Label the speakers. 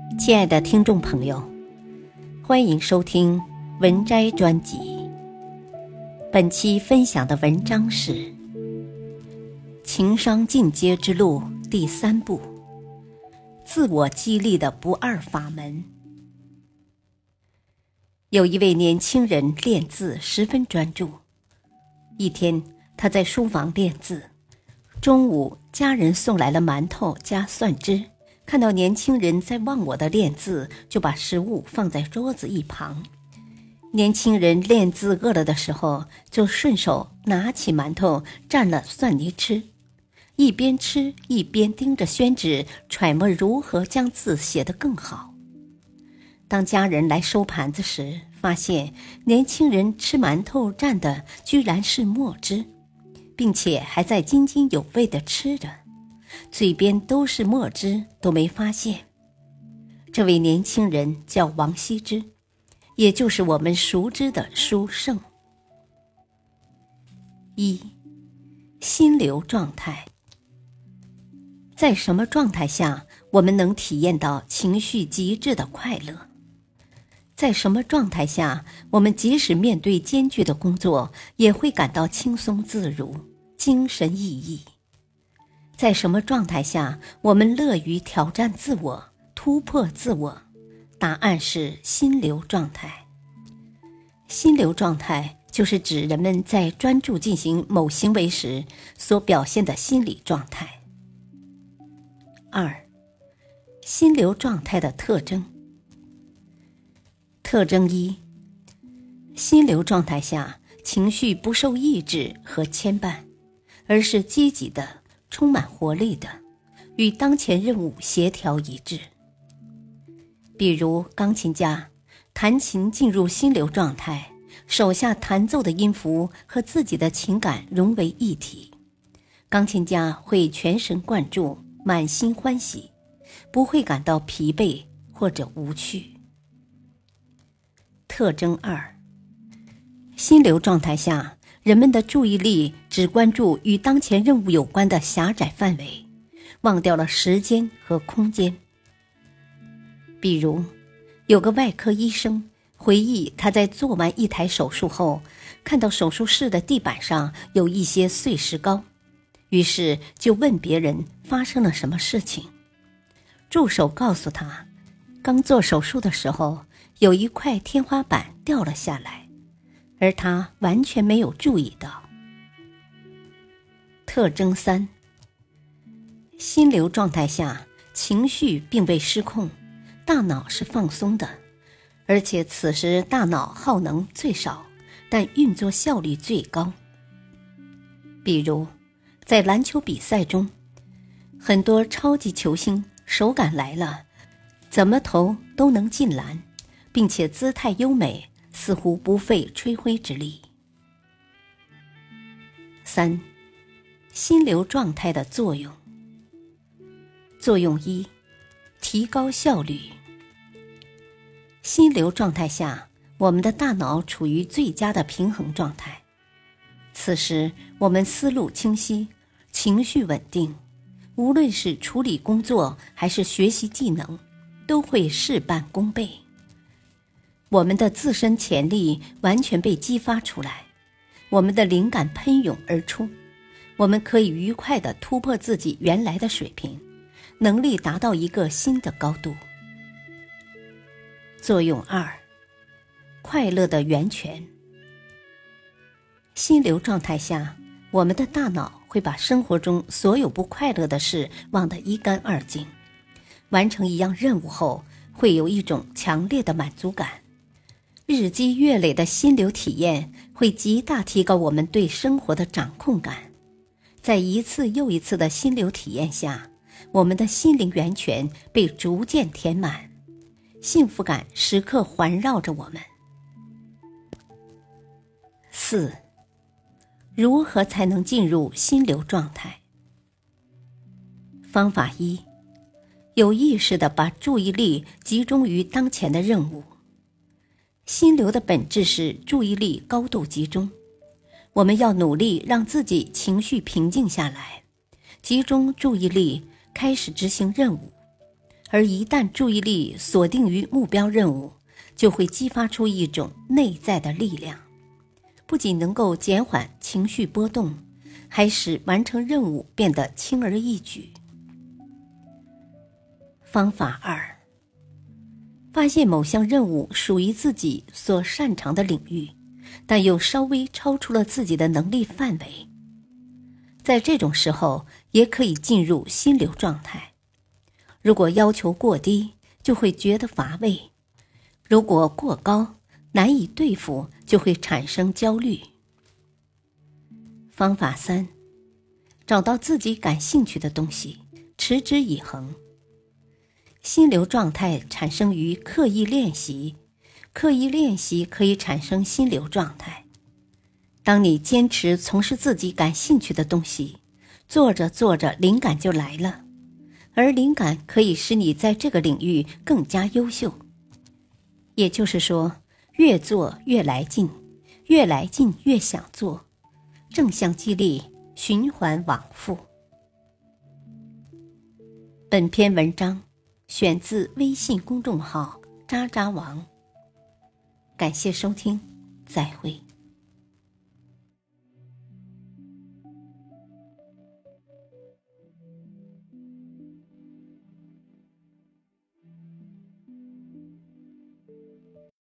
Speaker 1: 亲爱的听众朋友，欢迎收听文摘专辑。本期分享的文章是情商进阶之路第3步，自我激励的不二法门。有一位年轻人练字十分专注，一天他在书房练字，中午家人送来了馒头加蒜汁，看到年轻人在忘我的练字，就把食物放在桌子一旁。年轻人练字饿了的时候，就顺手拿起馒头蘸了蒜泥吃，一边吃一边盯着宣纸，揣摩如何将字写得更好。当家人来收盘子时，发现年轻人吃馒头蘸的居然是墨汁，并且还在津津有味地吃着，嘴边都是墨汁，都没发现。这位年轻人叫王羲之，也就是我们熟知的书圣。1. 心流状态。在什么状态下我们能体验到情绪极致的快乐？在什么状态下我们即使面对艰巨的工作也会感到轻松自如，精神奕奕？在什么状态下我们乐于挑战自我，突破自我？答案是心流状态。心流状态就是指人们在专注进行某行为时所表现的心理状态。2. 心流状态的特征。特征1，心流状态下情绪不受抑制和牵绊，而是积极的，充满活力的，与当前任务协调一致。比如钢琴家弹琴进入心流状态，手下弹奏的音符和自己的情感融为一体，钢琴家会全神贯注，满心欢喜，不会感到疲惫或者无趣。特征2，心流状态下人们的注意力只关注与当前任务有关的狭窄范围，忘掉了时间和空间。比如有个外科医生回忆他在做完一台手术后，看到手术室的地板上有一些碎石膏，于是就问别人发生了什么事情。助手告诉他，刚做手术的时候有一块天花板掉了下来，而他完全没有注意到。特征3，心流状态下情绪并未失控，大脑是放松的，而且此时大脑耗能最少，但运作效率最高。比如在篮球比赛中，很多超级球星手感来了，怎么投都能进篮，并且姿态优美，似乎不费吹灰之力。3. 心流状态的作用。作用1，提高效率。心流状态下，我们的大脑处于最佳的平衡状态，此时我们思路清晰，情绪稳定，无论是处理工作还是学习技能，都会事半功倍。我们的自身潜力完全被激发出来，我们的灵感喷涌而出，我们可以愉快地突破自己原来的水平，能力达到一个新的高度。作用2，快乐的源泉。心流状态下，我们的大脑会把生活中所有不快乐的事忘得一干二净，完成一样任务后会有一种强烈的满足感。日积月累的心流体验会极大提高我们对生活的掌控感。在一次又一次的心流体验下，我们的心灵源泉被逐渐填满，幸福感时刻环绕着我们。4. 如何才能进入心流状态？方法1，有意识地把注意力集中于当前的任务。心流的本质是注意力高度集中，我们要努力让自己情绪平静下来，集中注意力，开始执行任务， 而一旦注意力锁定于目标任务，就会激发出一种内在的力量，不仅能够减缓情绪波动，还使完成任务变得轻而易举。方法2，发现某项任务属于自己所擅长的领域，但又稍微超出了自己的能力范围。在这种时候，也可以进入心流状态。如果要求过低，就会觉得乏味；如果过高，难以对付，就会产生焦虑。方法3，找到自己感兴趣的东西，持之以恒。心流状态产生于刻意练习，刻意练习可以产生心流状态。当你坚持从事自己感兴趣的东西，做着做着灵感就来了，而灵感可以使你在这个领域更加优秀。也就是说，越做越来劲，越来劲越想做，正向激励，循环往复。本篇文章选自微信公众号渣渣王，感谢收听，再会。